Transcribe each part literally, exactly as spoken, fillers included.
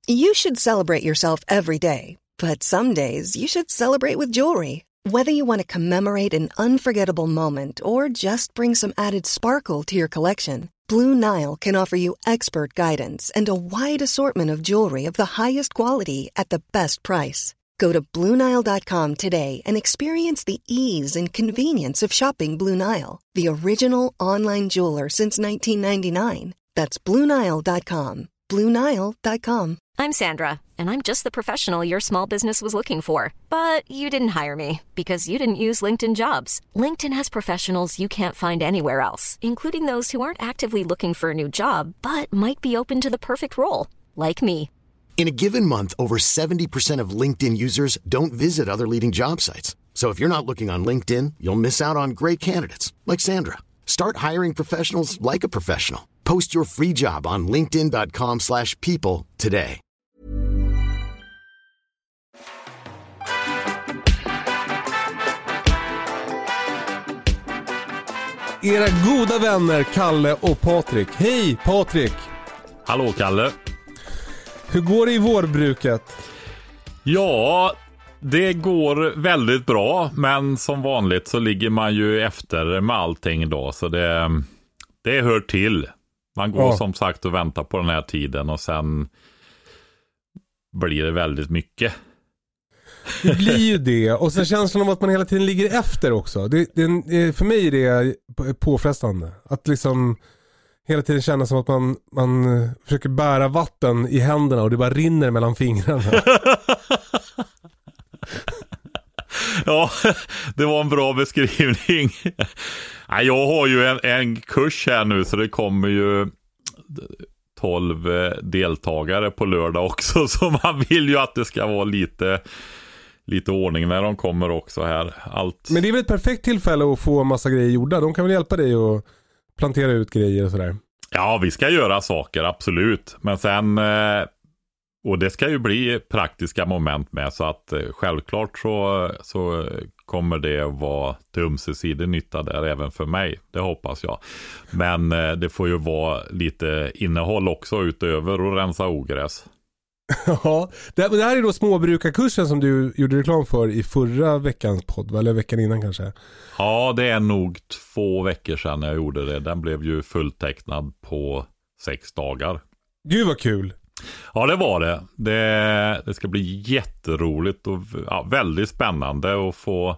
You should celebrate yourself every day, but some days you should celebrate with jewelry. Whether you want to commemorate an unforgettable moment or just bring some added sparkle to your collection, Blue Nile can offer you expert guidance and a wide assortment of jewelry of the highest quality at the best price. Go to Blue Nile dot com today and experience the ease and convenience of shopping Blue Nile, the original online jeweler since nineteen ninety-nine. That's Blue Nile dot com. Blue Nile dot com. I'm Sandra, and I'm just the professional your small business was looking for. But you didn't hire me because you didn't use LinkedIn Jobs. LinkedIn has professionals you can't find anywhere else, including those who aren't actively looking for a new job, but might be open to the perfect role, like me. In a given month, over seventy percent of LinkedIn users don't visit other leading job sites. So if you're not looking on LinkedIn, you'll miss out on great candidates, like Sandra. Start hiring professionals like a professional. Post your free job on linkedin dot com slash people today. Era goda vänner Kalle och Patrik. Hej Patrik! Hallå Kalle! Hur går det i vårbruket? Ja, det går väldigt bra, men som vanligt så ligger man ju efter med allting då, så det, det hör till. Man går ja. som sagt och väntar på den här tiden och sen blir det väldigt mycket. Det blir ju det, och sen känslan av att man hela tiden ligger efter också. Det, det, för mig är det påfrestande att liksom hela tiden känna som att man, man försöker bära vatten i händerna och det bara rinner mellan fingrarna. Ja, det var en bra beskrivning. Jag har ju en, en kurs här nu, så det kommer ju tolv deltagare på lördag också, så man vill ju att det ska vara lite lite ordning när de kommer också här. Allt. Men det är väl ett perfekt tillfälle att få en massa grejer gjorda. De kan väl hjälpa dig att plantera ut grejer och sådär. Ja, vi ska göra saker, absolut. Men sen, och det ska ju bli praktiska moment med, så att självklart så, så kommer det att vara till ömsesidig nytta där även för mig. Det hoppas jag. Men det får ju vara lite innehåll också utöver att rensa ogräs. Ja, det här är då småbrukarkursen som du gjorde reklam för i förra veckans podd, eller veckan innan kanske. Ja, det är nog två veckor sedan jag gjorde det. Den blev ju fulltecknad på sex dagar. Gud vad kul! Ja, det var det. Det, det ska bli jätteroligt och ja, väldigt spännande att få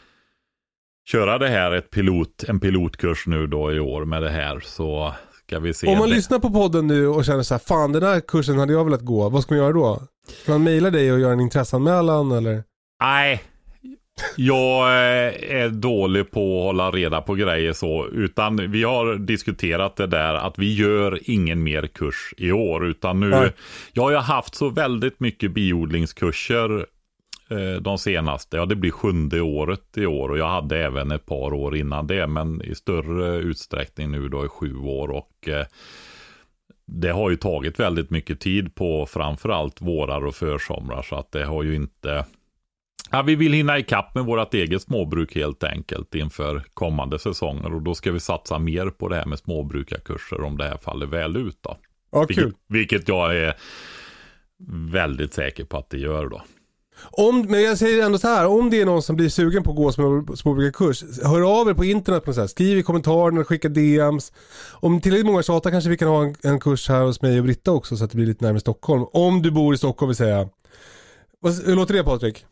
köra det här, ett pilot, en pilotkurs nu då i år med det här, så ska vi se. Om man det. lyssnar på podden nu och känner så här, fan den här kursen hade jag velat gå, vad ska man göra då? Kan man mejla dig och göra en intresseanmälan eller? Nej, jag är dålig på att hålla reda på grejer så, utan vi har diskuterat det där att vi gör ingen mer kurs i år, utan nu, Nej. jag har ju haft så väldigt mycket biodlingskurser de senaste, ja det blir sjunde året i år, och jag hade även ett par år innan det, men i större utsträckning nu då i sju år, och eh, det har ju tagit väldigt mycket tid på framförallt vårar och försomrar, så att det har ju inte, ja, vi vill hinna i kapp med vårt eget småbruk helt enkelt inför kommande säsonger, och då ska vi satsa mer på det här med småbrukarkurser om det här faller väl ut då. Ja, kul. Vilket, vilket jag är väldigt säker på att det gör då. Om, men jag säger ändå så här, om det är någon som blir sugen på att gå småbrukarkurs, hör av er på internet på så här, skriv i kommentarerna, skicka D Ms. Om tillräckligt många tjatar kanske vi kan ha en, en kurs här hos mig och Britta också, så att det blir lite närmare Stockholm. Om du bor i Stockholm vill säga. Vad, hur låter det, Patrik?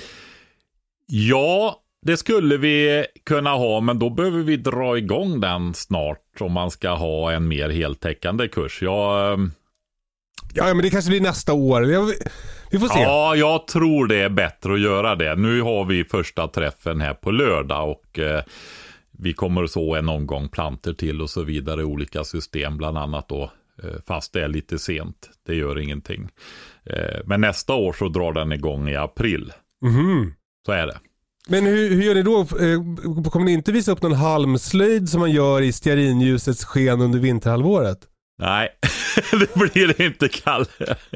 Ja, det skulle vi kunna ha, men då behöver vi dra igång den snart om man ska ha en mer heltäckande kurs. Jag... Ja, men det kanske blir nästa år. Jag... Vi får se. Ja, jag tror det är bättre att göra det. Nu har vi första träffen här på lördag, och eh, vi kommer så en omgång planter till och så vidare, olika system bland annat då, eh, fast det är lite sent. Det gör ingenting. Eh, men nästa år så drar den igång i april. Mm. Så är det. Men hur, hur gör ni då? Kommer ni inte visa upp någon halmslöjd som man gör i stearinljusets sken under vinterhalvåret? Nej, det blir det inte, Kalle.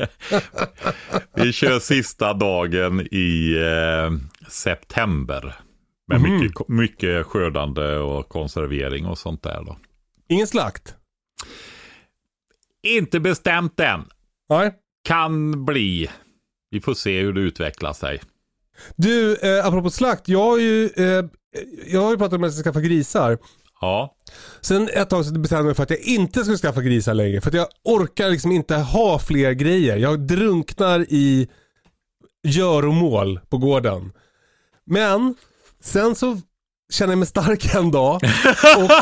Vi kör sista dagen i eh, september. Med mm. mycket, mycket skördande och konservering och sånt där då. Ingen slakt? Inte bestämt än. Nej. kan bli. Vi får se hur det utvecklar sig. Du, eh, apropå slakt, jag har ju, eh, jag har ju pratat om att jag ska skaffa grisar. Ja. Sen ett tag så bestämde jag mig för att jag inte ska skaffa grisar längre. För att jag orkar liksom inte ha fler grejer. Jag drunknar i göromål på gården. Men sen så känner jag mig stark en dag. Och,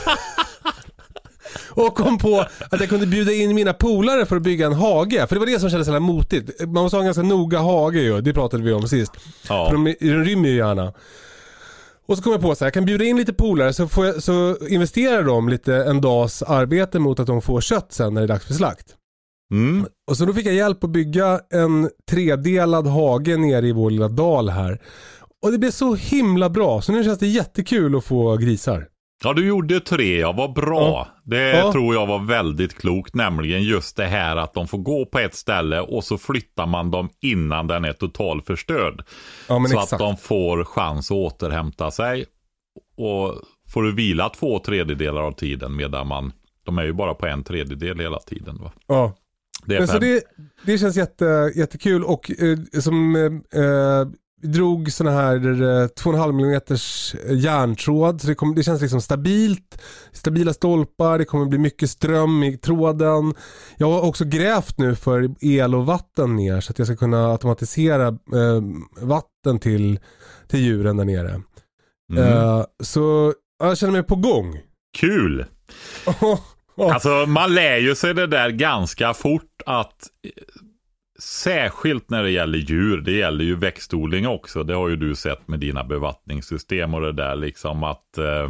och kom på att jag kunde bjuda in mina polare för att bygga en hage. För det var det som kändes så här motigt. Man måste ha en ganska noga hage ju. Det pratade vi om sist. Ja. För de, de rymmer ju gärna. Och så kom jag på så här, jag kan bjuda in lite polare så, får jag, så investerar de lite en dags arbete mot att de får kött sen när det är dags för slakt. Mm. Och så då fick jag hjälp att bygga en tredelad hage nere i vår lilla dal här. Och det blev så himla bra, så nu känns det jättekul att få grisar. Ja, du gjorde tre, ja, vad bra. Ja. Det Ja. tror jag var väldigt klokt, nämligen just det här att de får gå på ett ställe och så flyttar man dem innan den är total förstörd. Ja, men så exakt. att de får chans att återhämta sig. Och får du vila två tredjedelar av tiden medan man, de är ju bara på en tredjedel hela tiden, va? Ja. Det är Men så fem. det, det känns jätte, jättekul och eh, som eh, vi drog såna här eh, två komma fem millimeters järntråd så det, kom, det känns liksom stabilt, stabila stolpar, det kommer bli mycket ström i tråden. Jag har också grävt nu för el och vatten ner så att jag ska kunna automatisera eh, vatten till, till djuren där nere. Mm. Eh, så jag känner mig på gång. Kul! Alltså man lär ju sig det där ganska fort att särskilt när det gäller djur, det gäller ju växtodling också, det har ju du sett med dina bevattningssystem och det där liksom att eh,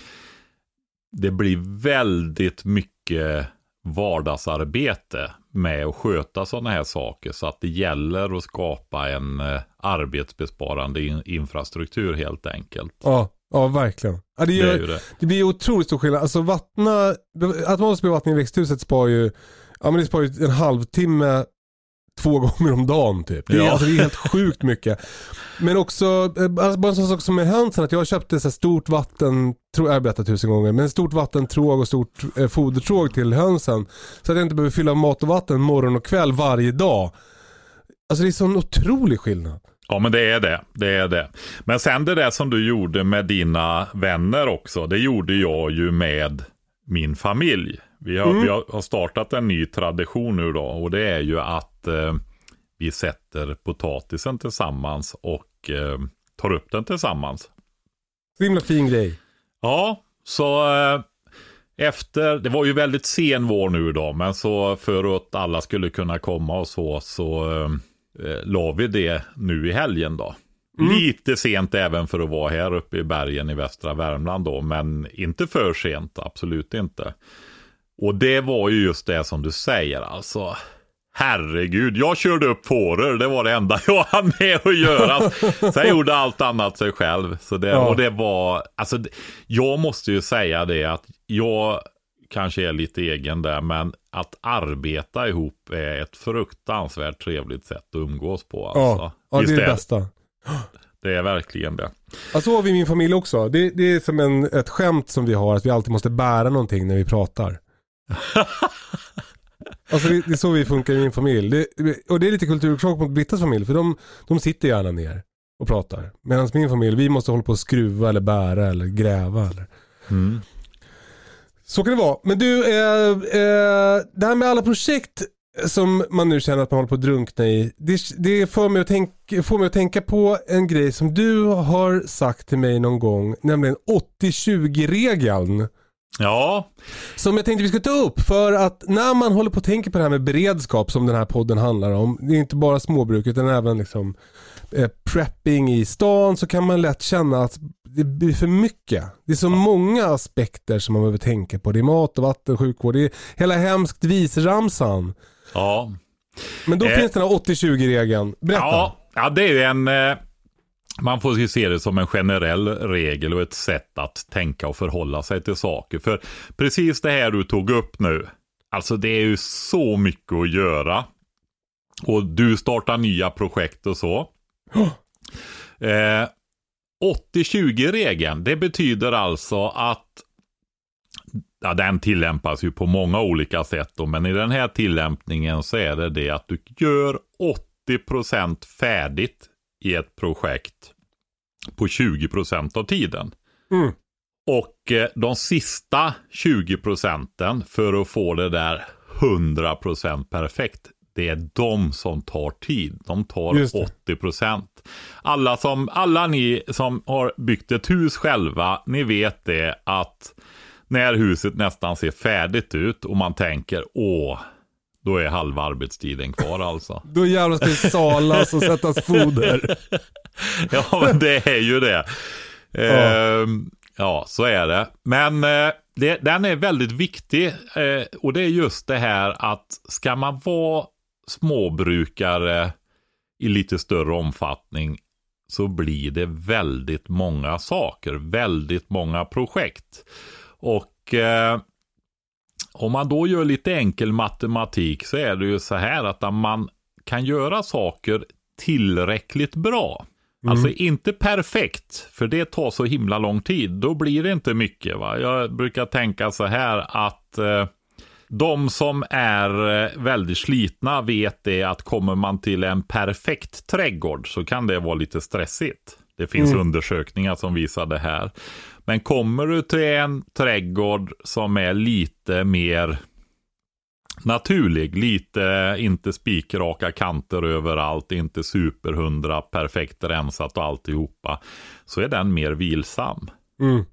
det blir väldigt mycket vardagsarbete med att sköta sådana här saker, så att det gäller att skapa en eh, arbetsbesparande in- infrastruktur helt enkelt. Ja, ja verkligen. Ja, det, gör, Det det, är ju det. det blir otroligt stor skillnad. Alltså vattna, automatisk bevattning i växthuset spar ju, ja, men det spar ju en halvtimme två gånger om dagen typ. Det är, Ja. alltså, det är helt sjukt mycket. Men också, alltså, bara en sån sak som med hönsen, att jag köpte så här stort vatten, tror jag har berättat tusen gånger, men stort vattentråg och stort eh, fodertråg till hönsen. Så att jag inte behöver fylla mat och vatten morgon och kväll varje dag. Alltså det är sån otrolig skillnad. Ja, men det är det, det är det. Men sen det där som du gjorde med dina vänner också, det gjorde jag ju med min familj. Vi har, Mm. vi har startat en ny tradition nu då, och det är ju att eh, vi sätter potatisen tillsammans och eh, tar upp den tillsammans. Så himla fin grej. Ja, så eh, efter, det var ju väldigt sen vår nu då, men så för att alla skulle kunna komma och så, så eh, la vi det nu i helgen då. Mm. Lite sent även för att vara här uppe i bergen i västra Värmland då, men inte för sent, absolut inte. Och det var ju just det som du säger, alltså herregud, jag körde upp fåror, det var det enda jag hann med att göra. Sen gjorde allt annat sig själv. Så det, Ja. och det var, alltså jag måste ju säga det att jag kanske är lite egen där, men att arbeta ihop är ett fruktansvärt trevligt sätt att umgås på. Alltså. Ja, ja det är det bästa. Det är verkligen det. Alltså har vi i min familj också. Det, det är som en, ett skämt som vi har, att vi alltid måste bära någonting när vi pratar. Alltså det, det är så vi funkar i min familj. Det, och det är lite kulturkrock mot Brittas familj, för de, de sitter gärna ner och pratar. Medan min familj, vi måste hålla på att skruva eller bära eller gräva. Eller. Mm. Så kan det vara. Men du, eh, eh, det här med alla projekt som man nu känner att man håller på att drunkna i, det, det får, mig att tänka, får mig att tänka på en grej som du har sagt till mig någon gång, nämligen åttio tjugo-regeln. Ja. Som jag tänkte vi skulle ta upp, för att när man håller på att tänka på det här med beredskap som den här podden handlar om, det är inte bara småbruk utan även liksom eh, prepping i stan, så kan man lätt känna att det blir för mycket. Det är så många aspekter som man behöver tänka på. Det är mat och vatten, sjukvård, det är hela hemskt visramsan. Ja. Men då eh. finns den här åttio tjugo-regeln. Berätta. Ja, ja, det är ju en... Eh... Man får ju se det som en generell regel och ett sätt att tänka och förhålla sig till saker. För precis det här du tog upp nu, alltså det är ju så mycket att göra. Och du startar nya projekt och så. Oh. Eh, åttio tjugo-regeln, det betyder alltså att ja, den tillämpas ju på många olika sätt då, men i den här tillämpningen så är det det att du gör åttio procent färdigt i ett projekt på tjugo procent av tiden. Mm. Och eh, de sista tjugo procenten för att få det där hundra procent perfekt, det är de som tar tid. De tar åttio procent. Alla, som, alla ni som har byggt ett hus själva, ni vet det att när huset nästan ser färdigt ut och man tänker, åh, då är halva arbetstiden kvar alltså. Då jävlar ska det salas och sättas foder. Ja, men det är ju det. Ja. Eh, ja, så är det. Men eh, det, den är väldigt viktig. Eh, och det är just det här att ska man vara småbrukare i lite större omfattning så blir det väldigt många saker. Väldigt många projekt. Och eh, om man då gör lite enkel matematik så är det ju så här att om man kan göra saker tillräckligt bra. Mm. Alltså inte perfekt, för det tar så himla lång tid. Då blir det inte mycket, va? Jag brukar tänka så här att eh, de som är väldigt slitna vet det att kommer man till en perfekt trädgård så kan det vara lite stressigt. Det finns mm. undersökningar som visar det här. Men kommer du till en trädgård som är lite mer naturlig, lite inte spikraka kanter överallt, inte superhundra perfekt rensat och alltihopa, så är den mer vilsam. Mm.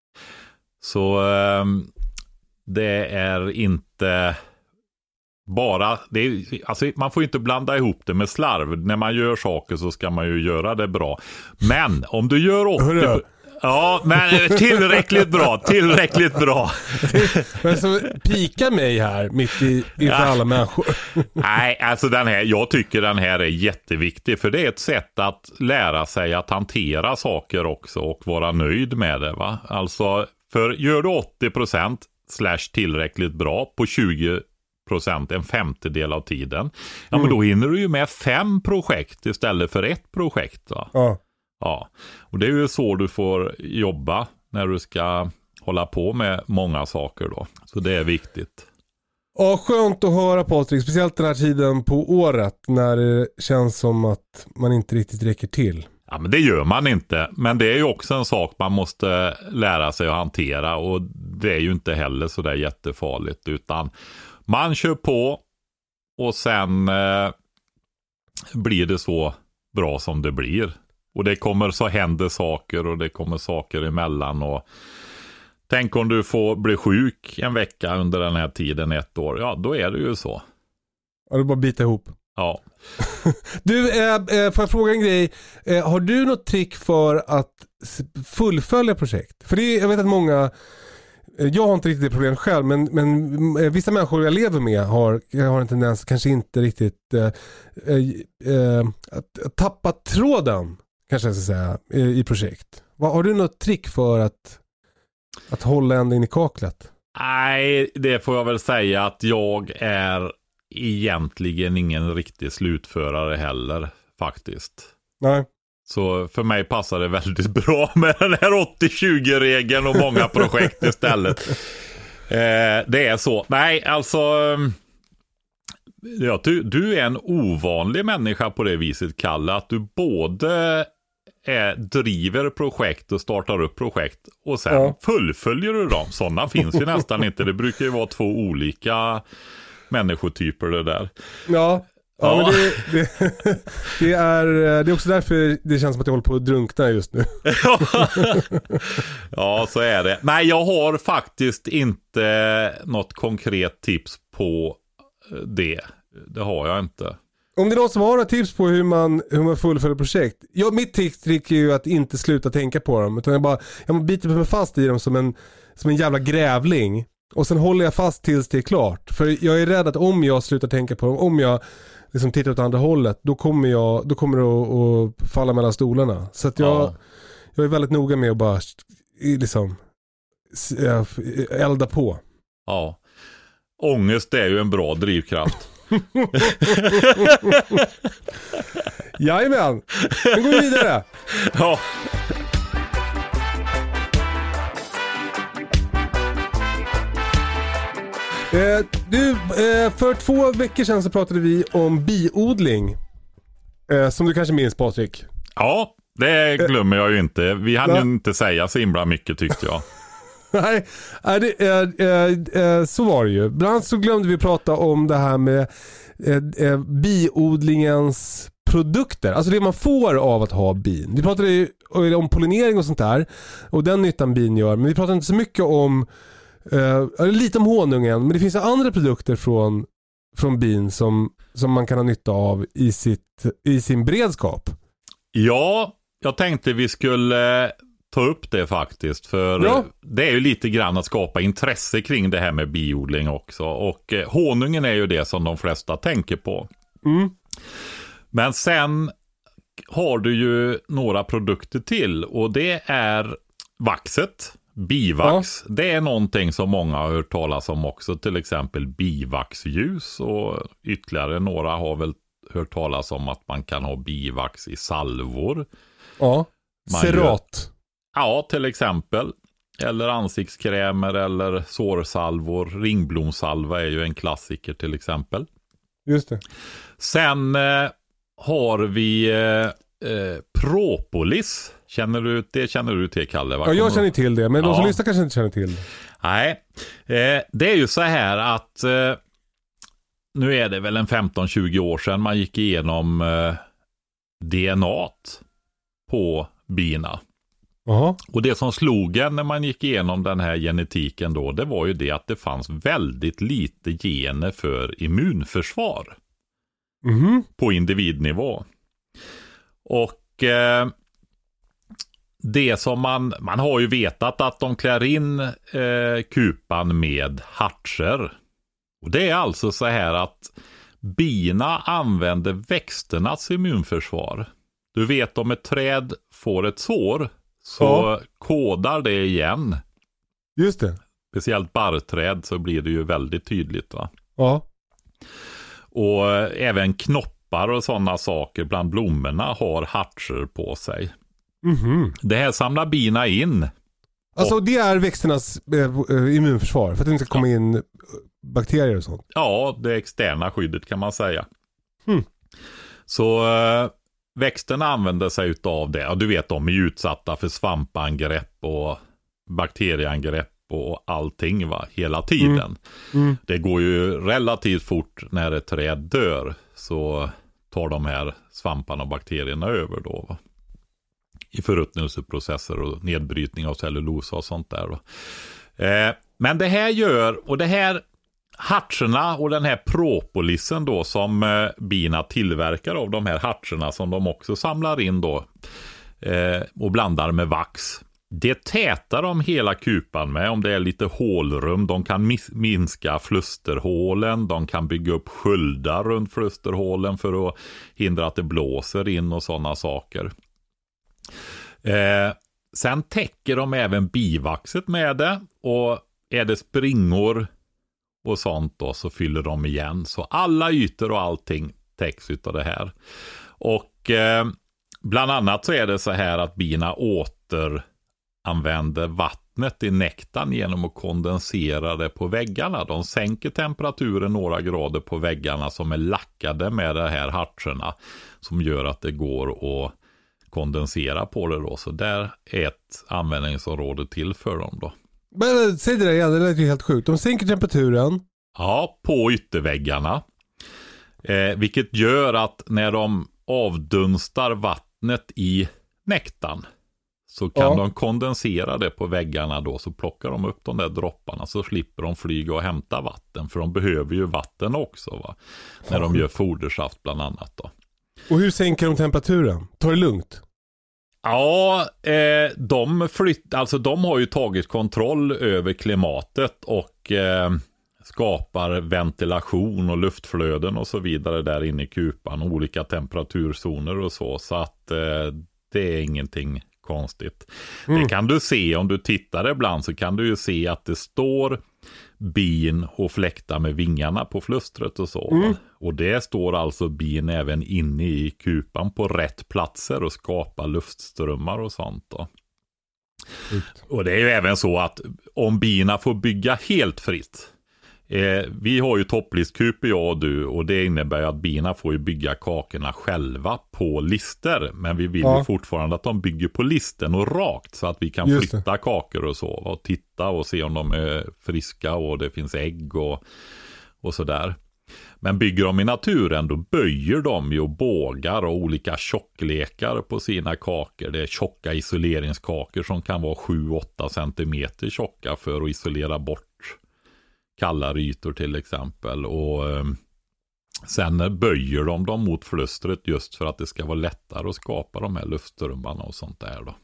Så eh, det är inte bara, det är, alltså man får inte blanda ihop det med slarv. När man gör saker så ska man ju göra det bra. Men om du gör åttio... Ja, men tillräckligt bra, tillräckligt bra. Men så pika mig här mitt i, inför ja. alla människor. Nej, alltså den här, jag tycker den här är jätteviktig, för det är ett sätt att lära sig att hantera saker också och vara nöjd med det, va? Alltså, för gör du åttio procent slash tillräckligt bra på tjugo procent, en femtedel av tiden, ja mm. men då hinner du ju med fem projekt istället för ett projekt, va? Ja. Ja, och det är ju så du får jobba när du ska hålla på med många saker då. Så det är viktigt. Ja, skönt att höra, Patrik. Speciellt den här tiden på året när det känns som att man inte riktigt räcker till. Ja, men det gör man inte. Men det är ju också en sak man måste lära sig att hantera. Och det är ju inte heller så där jättefarligt. Utan man kör på och sen eh, blir det så bra som det blir. Och det kommer så händer saker och det kommer saker emellan. Och tänk om du får bli sjuk en vecka under den här tiden, ett år. Ja, då är det ju så. Ja, det är bara bita ihop. Ja. Du, eh, får jag fråga en grej? Eh, har du något trick för att fullfölja projekt? För det är, jag vet att många... Jag har inte riktigt det problemet själv, men, men vissa människor jag lever med har, har en tendens kanske inte riktigt eh, eh, att, att tappa tråden, kanske jag ska säga, i, i projekt. Har du något trick för att, att hålla ända in i kaklet? Nej, det får jag väl säga att jag är egentligen ingen riktig slutförare heller, faktiskt. Nej. Så för mig passar det väldigt bra med den här åttio tjugo-regeln och många projekt istället. Eh, det är så. Nej, alltså... Ja, du, du är en ovanlig människa på det viset, Kalle. Att du både är, driver projekt och startar upp projekt. Och sen ja. fullföljer du dem. Sådana finns ju nästan inte. Det brukar ju vara två olika människotyper det där. Ja. Ja, ja, men det, det, det, är, det är också därför det känns som att jag håller på att drunkna just nu. Ja, så är det. Nej, jag har faktiskt inte något konkret tips på det. Det har jag inte. Om det är någon som har några tips på hur man, hur man fullföljer projekt. Ja, mitt trick är ju att inte sluta tänka på dem. Utan jag bara jag biter mig fast i dem som en, som en jävla grävling. Och sen håller jag fast tills det är klart. För jag är rädd att om jag slutar tänka på dem, om jag liksom tittar åt andra hållet, då kommer jag då kommer det att, att falla mellan stolarna. Så att jag, ja. jag är väldigt noga med att bara liksom elda på. Ja. Ångest är ju en bra drivkraft. Jajamän. Nu går vi vidare. Ja. Eh, du, eh, för två veckor sedan så pratade vi om biodling. Eh, som du kanske minns, Patrik. Ja, det glömmer jag ju inte. Vi hann ja. ju inte säga så himla mycket, tyckte jag. Nej, det, eh, eh, eh, så var det ju. Bland annat så glömde vi prata om det här med eh, eh, biodlingens produkter. Alltså det man får av att ha bin. Vi pratade ju om pollinering och sånt där. Och den nyttan bin gör. Men vi pratade inte så mycket om eh, lite om honungen. Men det finns andra produkter från, från bin som, som man kan ha nytta av i, sitt, i sin beredskap. Ja, jag tänkte vi skulle ta upp det faktiskt. För ja. det är ju lite grann att skapa intresse kring det här med biodling också. Och eh, honungen är ju det som de flesta tänker på. Mm. Men sen har du ju några produkter till. Och det är vaxet. Bivax. Ja. Det är någonting som många har hört talas om också. Till exempel bivaxljus. Och ytterligare några har väl hört talas om att man kan ha bivax i salvor. Ja, Cerat. Ja, till exempel. Eller ansiktskrämer eller sårsalvor. Ringblomsalva är ju en klassiker till exempel. Just det. Sen eh, har vi eh, eh, propolis. Känner du det? Känner du till, Kalle? Ja, jag känner till det. Men ja. de som lyssnar kanske inte känner till det. Nej, eh, det är ju så här att eh, nu är det väl en femton tjugo år sedan man gick igenom eh, D N A-t på bina. Aha. Och det som slog en när man gick igenom den här genetiken då, det var ju det att det fanns väldigt lite gener för immunförsvar. Mm. På individnivå. Och eh, det som man, man har ju vetat att de klär in eh, kupan med hartser. Och det är alltså så här att bina använder växternas immunförsvar. Du vet, om ett träd får ett sår så ja. kodar det igen. Just det. Speciellt barrträd så blir det ju väldigt tydligt, va? Ja. Och även knoppar och sådana saker bland blommorna har hartser på sig. Mm-hmm. Det här samlar bina in. Alltså och det är växternas äh, immunförsvar för att det inte ska komma ja. in bakterier och sånt? Ja, det externa skyddet kan man säga. Mm. Så äh, växterna använder sig av det. Och du vet, de är utsatta för svampangrepp och bakterieangrepp och allting, va, hela tiden. Mm. Mm. Det går ju relativt fort när ett träd dör, så tar de här svamparna och bakterierna över då, va? I förruttnelseprocesser och nedbrytning av cellulosa och sånt där, va? Eh, men det här gör, och det här hartserna och den här propolisen då som eh, bina tillverkar av de här hartserna som de också samlar in då eh, och blandar med vax. Det tätar de hela kupan med om det är lite hålrum. De kan mis- minska flusterhålen. De kan bygga upp sköldar runt flusterhålen för att hindra att det blåser in och sådana saker. Eh, sen täcker de även bivaxet med det. Och är det springor och sånt då så fyller de igen. Så alla ytor och allting täcks av det här. Och eh, bland annat så är det så här att bina åter använder vattnet i nektarn genom att kondensera det på väggarna. De sänker temperaturen några grader på väggarna som är lackade med de här hartserna som gör att det går att kondensera på det då. Så där är ett användningsområde till för dem då. Men säg det där igen, det lät ju helt sjukt. De sänker temperaturen. Ja, på ytterväggarna. Eh, vilket gör att när de avdunstar vattnet i nektarn så kan ja. de kondensera det på väggarna då, så plockar de upp de där dropparna så slipper de flyga och hämta vatten, för de behöver ju vatten också, va? När ja. de gör fodersaft bland annat då. Och hur sänker de temperaturen? Tar det lugnt? Ja, eh, de flytt, alltså de har ju tagit kontroll över klimatet och eh, skapar ventilation och luftflöden och så vidare där inne i kupan, olika temperaturzoner och så, så att eh, det är ingenting konstigt. Mm. Det kan du se om du tittar ibland, så kan du ju se att det står bin och fläktar med vingarna på flustret och så. Mm. Och det står alltså bin även inne i kupan på rätt platser och skapar luftströmmar och sånt då. Mm. Och det är ju även så att om bina får bygga helt fritt, Eh, vi har ju topplistkuper jag och du, och det innebär att bina får ju bygga kakorna själva på lister, men vi vill ja. ju fortfarande att de bygger på listen och rakt så att vi kan Just flytta det. kakor och så och titta och se om de är friska och det finns ägg och, och sådär. Men bygger de i naturen, då böjer de ju bågar och olika tjocklekar på sina kakor. Det är tjocka isoleringskakor som kan vara sju åtta centimeter tjocka för att isolera bort kalla ytor till exempel. Och eh, sen böjer de dem mot flustret just för att det ska vara lättare att skapa de här luftströmmarna och sånt där då.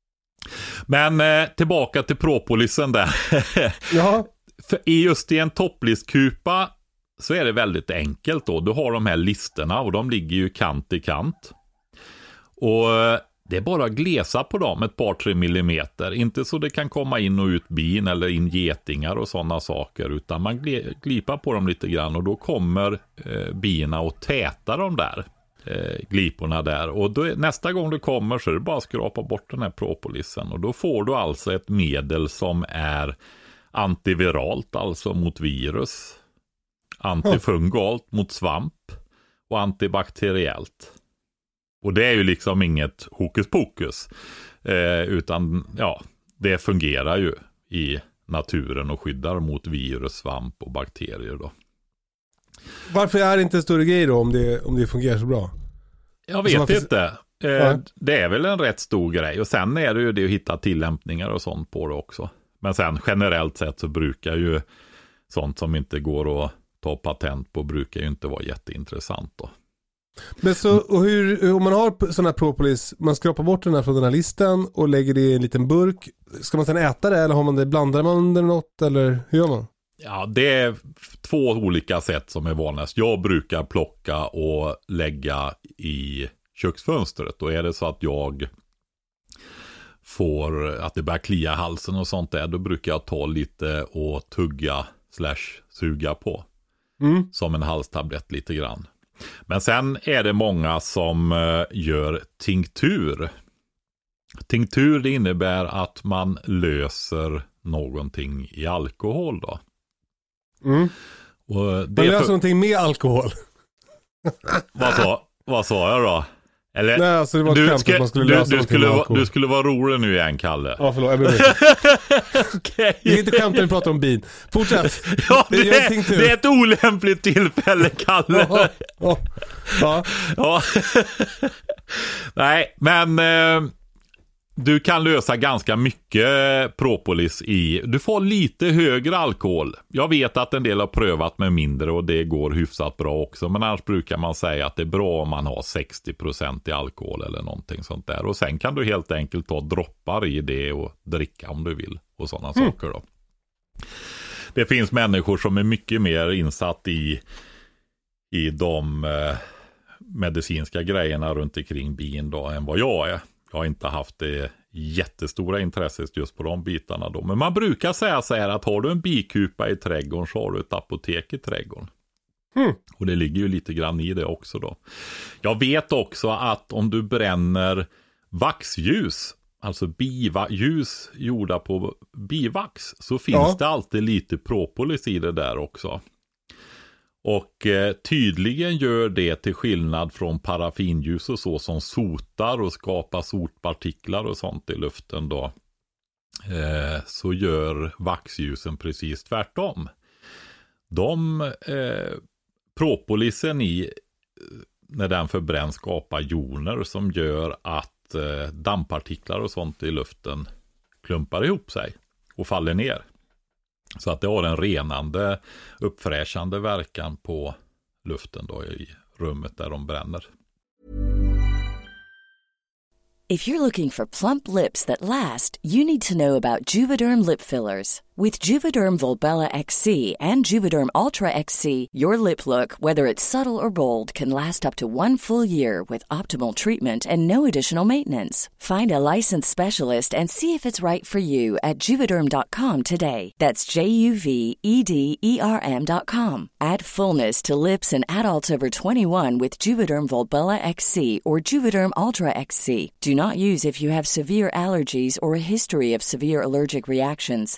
Men eh, tillbaka till propolisen där. Ja. För just i en topplistkupa så är det väldigt enkelt då. Du har de här listerna och de ligger ju kant i kant. Och det är bara att glesa på dem ett par tre millimeter. Inte så det kan komma in och ut bin eller in getingar och sådana saker. Utan man glipar på dem lite grann och då kommer eh, bina och täta de där eh, gliporna där. Och då, nästa gång du kommer så är det bara att skrapa bort den här propolisen. Och då får du alltså ett medel som är antiviralt, alltså mot virus. Antifungalt mot svamp och antibakteriellt. Och det är ju liksom inget hokus pokus. Eh, utan ja, det fungerar ju i naturen och skyddar mot virus, svamp och bakterier då. Varför är det inte en större grej då om det, om det fungerar så bra? Jag vet varför... inte. Eh, ja. Det är väl en rätt stor grej. Och sen är det ju det att hitta tillämpningar och sånt på det också. Men sen generellt sett så brukar ju sånt som inte går att ta patent på brukar ju inte vara jätteintressant då. Men så, och hur, om man har sån här propolis, man skrapar bort den här från den här listan och lägger det i en liten burk, ska man sedan äta det eller har man det, blandar man det något eller hur gör man? Ja, det är två olika sätt som är vanligast. Jag brukar plocka och lägga i köksfönstret, och är det så att jag får att det börjar klia halsen och sånt där, då brukar jag ta lite och tugga slash suga på. Mm. Som en halstablett lite grann. Men sen är det många som uh, gör tinktur. Tinktur, det innebär att man löser någonting i alkohol då. Mm. Och det man löser för... någonting med alkohol. Vad sa, vad sa jag då? Eller, nej, alltså det var du, ska, man skulle du, du, skulle vara, du skulle vara rolig nu igen, Kalle. Ja, förlåt, jag ber okay. Det är inte skämt när vi pratar om bin. Fortsätt. Ja, det, det, är, det är ett olämpligt tillfälle, Kalle. Ja, ja, ja. Ja. Nej, men eh, du kan lösa ganska mycket propolis i. Du får lite högre alkohol. Jag vet att en del har prövat med mindre och det går hyfsat bra också. Men annars brukar man säga att det är bra om man har sextio procent i alkohol eller någonting sånt där. Och sen kan du helt enkelt ta droppar i det och dricka om du vill. Och sådana mm. saker då. Det finns människor som är mycket mer insatt i, i de eh, medicinska grejerna runt omkring bin då än vad jag är. Jag har inte haft det jättestora intresset just på de bitarna då. Men man brukar säga så här att har du en bikupa i trädgården så har du ett apotek i trädgården. Mm. Och det ligger ju lite grann i det också då. Jag vet också att om du bränner vaxljus, alltså biva, ljus gjorda på bivax, så finns ja. det alltid lite propolis i det där också. Och eh, tydligen gör det till skillnad från paraffinljus och så som sotar och skapar sotpartiklar och sånt i luften då. Eh, så gör vaxljusen precis tvärtom. De eh, propolisen i när den förbränns skapar joner som gör att eh, dammpartiklar och sånt i luften klumpar ihop sig och faller ner. Så att det har en renande, uppfräschande verkan på luften då i rummet där de bränner. If you're looking for plump lips that last, you need to know about Juvederm lip fillers. With Juvederm Volbella X C and Juvederm Ultra X C, your lip look, whether it's subtle or bold, can last up to one full year with optimal treatment and no additional maintenance. Find a licensed specialist and see if it's right for you at juvederm dot com today. That's J U V E D E R M dot com. Add fullness to lips in adults over twenty-one with Juvederm Volbella X C or Juvederm Ultra X C. Do not use if you have severe allergies or a history of severe allergic reactions, or if you're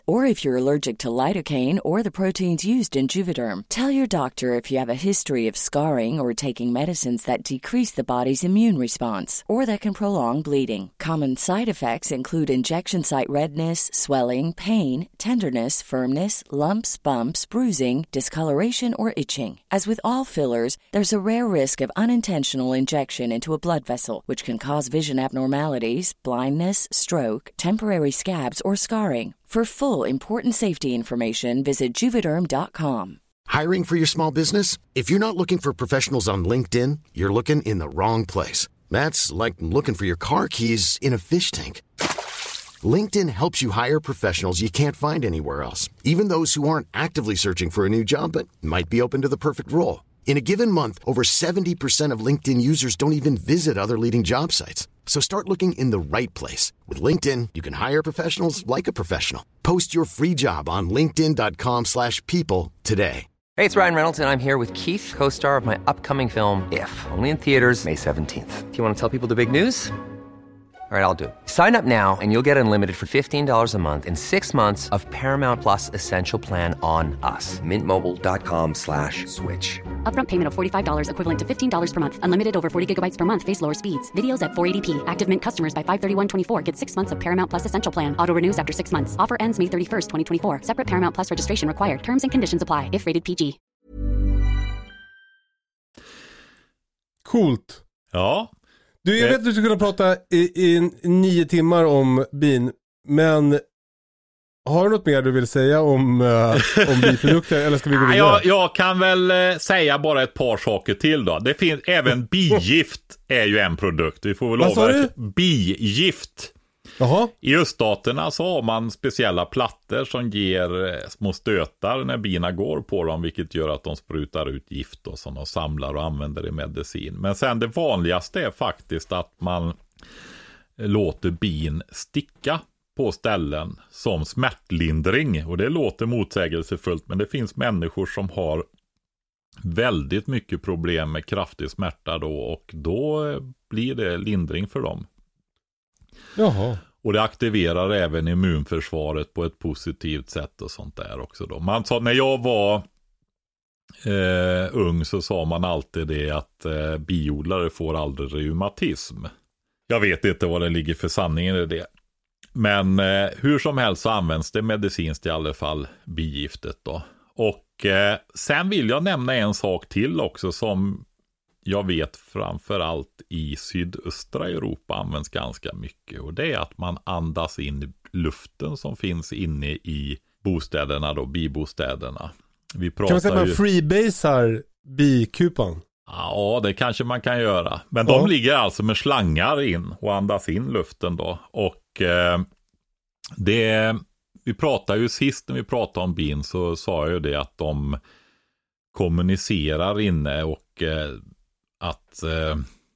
you're allergic to lidocaine or the proteins used in Juvederm. Tell your doctor if you have a history of scarring or taking medicines that decrease the body's immune response or that can prolong bleeding. Common side effects include injection site redness, swelling, pain, tenderness, firmness, lumps, bumps, bruising, discoloration, or itching. As with all fillers, there's a rare risk of unintentional injection into a blood vessel, which can cause vision abnormalities, blindness, stroke, temporary scabs, or scarring. For full, important safety information, visit Juvederm dot com. Hiring for your small business? If you're not looking for professionals on LinkedIn, you're looking in the wrong place. That's like looking for your car keys in a fish tank. LinkedIn helps you hire professionals you can't find anywhere else, even those who aren't actively searching for a new job but might be open to the perfect role. In a given month, over seventy percent of LinkedIn users don't even visit other leading job sites. So start looking in the right place. With LinkedIn, you can hire professionals like a professional. Post your free job on linkedin dot com slash people today. Hey, it's Ryan Reynolds, and I'm here with Keith, co-star of my upcoming film, If, only in theaters May seventeenth. Do you want to tell people the big news? All right, I'll do it. Sign up now and you'll get unlimited for fifteen dollars a month and six months of Paramount Plus Essential Plan on us. Mint Mobile dot com slash switch. Upfront payment of forty-five dollars equivalent to fifteen dollars per month. Unlimited over forty gigabytes per month. Face lower speeds. Videos at four eighty p. Active Mint customers by five thirty-one twenty-four get six months of Paramount Plus Essential Plan. Auto renews after six months. Offer ends May thirty-first, twenty twenty-four. Separate Paramount Plus registration required. Terms and conditions apply if rated P G. Coolt. Ja. Du, jag vet att du skulle kunna prata i, i nio timmar om bin, men har du något mer du vill säga om, uh, om biprodukter, eller ska vi gå vidare? Jag, jag kan väl eh, säga bara ett par saker till då. Det finns även bigift är ju en produkt. Vi får väl lova ett bigift. Jaha. I öststaterna så har man speciella plattor som ger små stötar när bina går på dem, vilket gör att de sprutar ut gift och som de samlar och använder i medicin. Men sen det vanligaste är faktiskt att man låter bin sticka på ställen som smärtlindring. Och det låter motsägelsefullt, men det finns människor som har väldigt mycket problem med kraftig smärta då, och då blir det lindring för dem. Jaha. Och det aktiverar även immunförsvaret på ett positivt sätt och sånt där också då. Man sa, när jag var eh, ung så sa man alltid det att eh, biodlare får aldrig reumatism. Jag vet inte vad det ligger för sanningen i det. Men eh, hur som helst så används det medicinskt i alla fall, bigiftet då. Och eh, sen vill jag nämna en sak till också som jag vet framförallt i sydöstra Europa används ganska mycket. Och det är att man andas in luften som finns inne i bostäderna då, bibostäderna. Vi pratar kan man säga att man ju... freebasar bikupan? Ja, det kanske man kan göra. Men ja. De ligger alltså med slangar in och andas in luften då. Och eh, det... Vi pratade ju sist när vi pratade om bin så sa jag ju det att de kommunicerar inne och eh, att eh,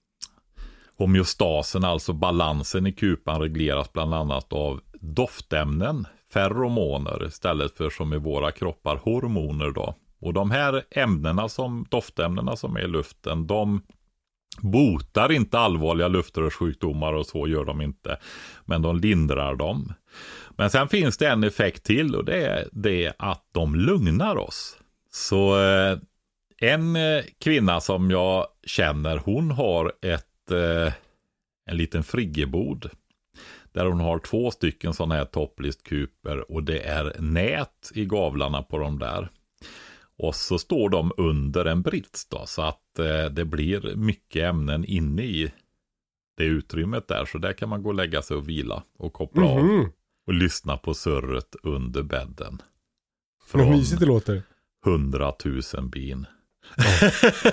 homeostasen, alltså balansen i kupan, regleras bland annat av doftämnen, feromoner, istället för som i våra kroppar hormoner då. Och de här ämnena som doftämnena som är i luften, de botar inte allvarliga luftrörssjukdomar och så gör de inte, men de lindrar dem. Men sen finns det en effekt till och det är det att de lugnar oss. Så eh, en eh, kvinna som jag känner, hon har ett eh, en liten friggebod där hon har två stycken sådana här topplistkuper och det är nät i gavlarna på de där. Och så står de under en brits då, så att eh, det blir mycket ämnen inne i det utrymmet där. Så där kan man gå och lägga sig och vila och koppla mm-hmm. av och lyssna på surret under bädden. Vad mysigt det låter. Hundratusen bin. Ja.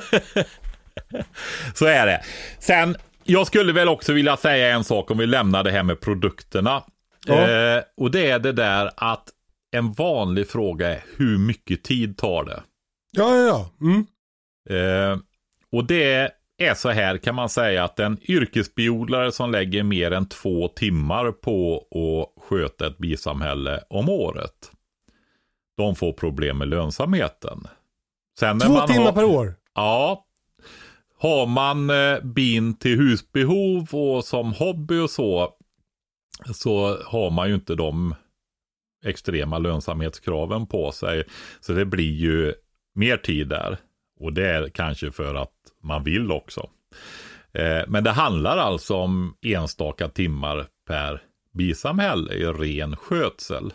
Så är det. Sen, jag skulle väl också vilja säga en sak om vi lämnar det här med produkterna. Ja. Eh, och det är det där att en vanlig fråga är hur mycket tid tar det? Ja, ja, ja. Mm. Eh, och det är så här kan man säga att en yrkesbiodlare som lägger mer än två timmar på att sköta ett bisamhälle om året, de får problem med lönsamheten. Sen när två man timmar har, per år? Ja. Har man eh, bin till husbehov och som hobby och så, så har man ju inte de extrema lönsamhetskraven på sig. Så det blir ju mer tid där. Och det är kanske för att man vill också. Eh, men det handlar alltså om enstaka timmar per bisamhälle i ren skötsel.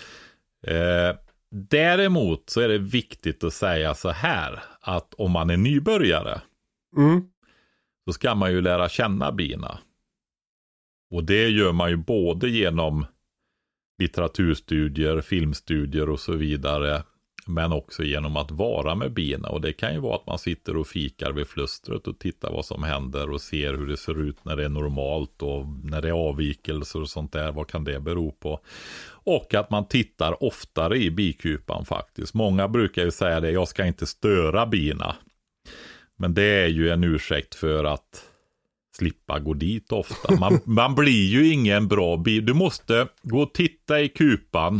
Eh, däremot så är det viktigt att säga så här, att om man är nybörjare Mm. så ska man ju lära känna bina. Och det gör man ju både genom litteraturstudier, filmstudier och så vidare, men också genom att vara med bina. Och det kan ju vara att man sitter och fikar vid flustret och tittar vad som händer och ser hur det ser ut när det är normalt och när det är avvikelser och sånt där, vad kan det bero på? Och att man tittar oftare i bikupan faktiskt. Många brukar ju säga det, jag ska inte störa bina. Men det är ju en ursäkt för att slippa gå dit ofta. Man, man blir ju ingen bra bi. Du måste gå och titta i kupan,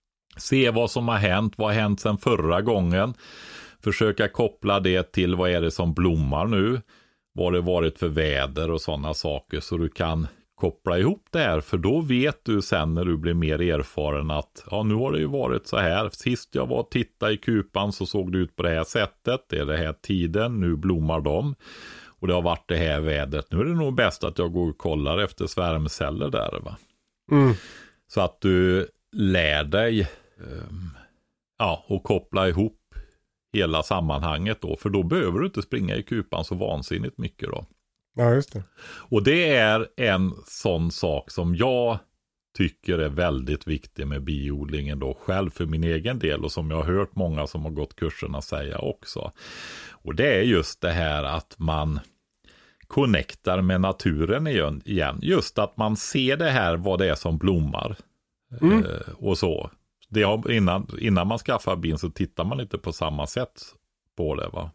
se vad som har hänt, vad har hänt sedan förra gången. Försöka koppla det till vad är det som blommar nu, vad det varit för väder och sådana saker, så du kan koppla ihop det här. För då vet du sen när du blir mer erfaren att ja, nu har det ju varit så här. Sist jag var och tittade i kupan så såg det ut på det här sättet. Det är det här tiden, nu blommar de. Och det har varit det här vädret. Nu är det nog bäst att jag går och kollar efter svärmceller där, va? Mm. Så att du lär dig um, ja, och koppla ihop hela sammanhanget då. För då behöver du inte springa i kupan så vansinnigt mycket då. Ja, just det. Och det är en sån sak som jag tycker är väldigt viktig med biodlingen då själv för min egen del, och som jag har hört många som har gått kurserna säga också. Och det är just det här att man connectar med naturen igen. Just att man ser det här, vad det är som blommar. Mm. Eh, och så. Det har, innan, innan man skaffar bin så tittar man inte på samma sätt på det, va.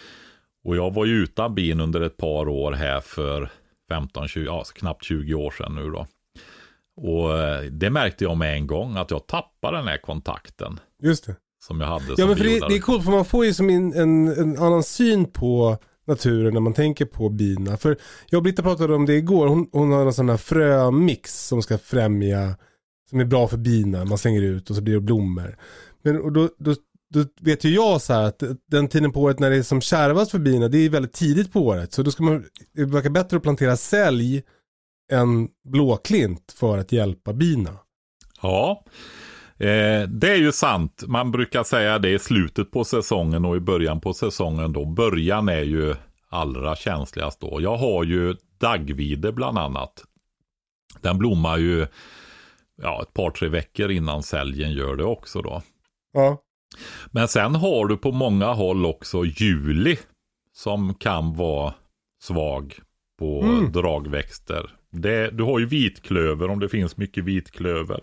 Och jag var ju utan bin under ett par år här för femton tjugo, ja, knappt tjugo år sedan nu då. Och det märkte jag med en gång att jag tappade den här kontakten. Just det. Som jag hade som Ja, men för det, biodlare. det är coolt, för man får ju som en, en, en annan syn på naturen när man tänker på bina. För jag och Britta pratade om det igår. Hon, hon har en sån här frömix som ska främja, som är bra för bina. Man slänger ut och så blir det blommor. Men och då, då, då vet ju jag så här att den tiden på året när det är som kärvast för bina, det är väldigt tidigt på året. Så då ska man, det verkar bättre att plantera sälj än blåklint för att hjälpa bina. Ja, eh, det är ju sant. Man brukar säga det i slutet på säsongen och i början på säsongen då. Början är ju allra känsligast då. Jag har ju daggvide bland annat. Den blommar ju ja, ett par tre veckor innan säljen gör det också då. Ja. Men sen har du på många håll också juli som kan vara svag på mm. dragväxter. Det, du har ju vitklöver om det finns mycket vitklöver.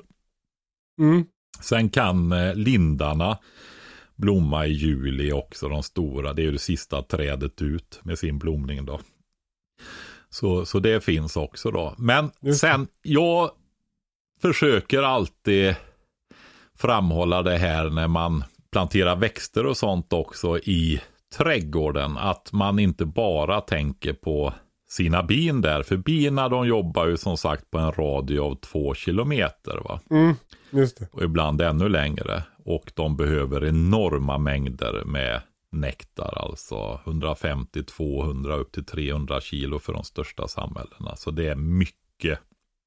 Mm. Sen kan eh, lindarna blomma i juli också, de stora. Det är ju det sista trädet ut med sin blomning då. Så, så det finns också då. Men Just. sen, jag försöker alltid framhålla det här när man planterar växter och sånt också i trädgården. Att man inte bara tänker på sina bin där. För bina, de jobbar ju som sagt på en radie av två kilometer, va? Mm, just det. Och ibland ännu längre. Och de behöver enorma mängder med nektar. Alltså hundrafemtio till tvåhundra upp till trehundra kilo för de största samhällena. Så det är mycket.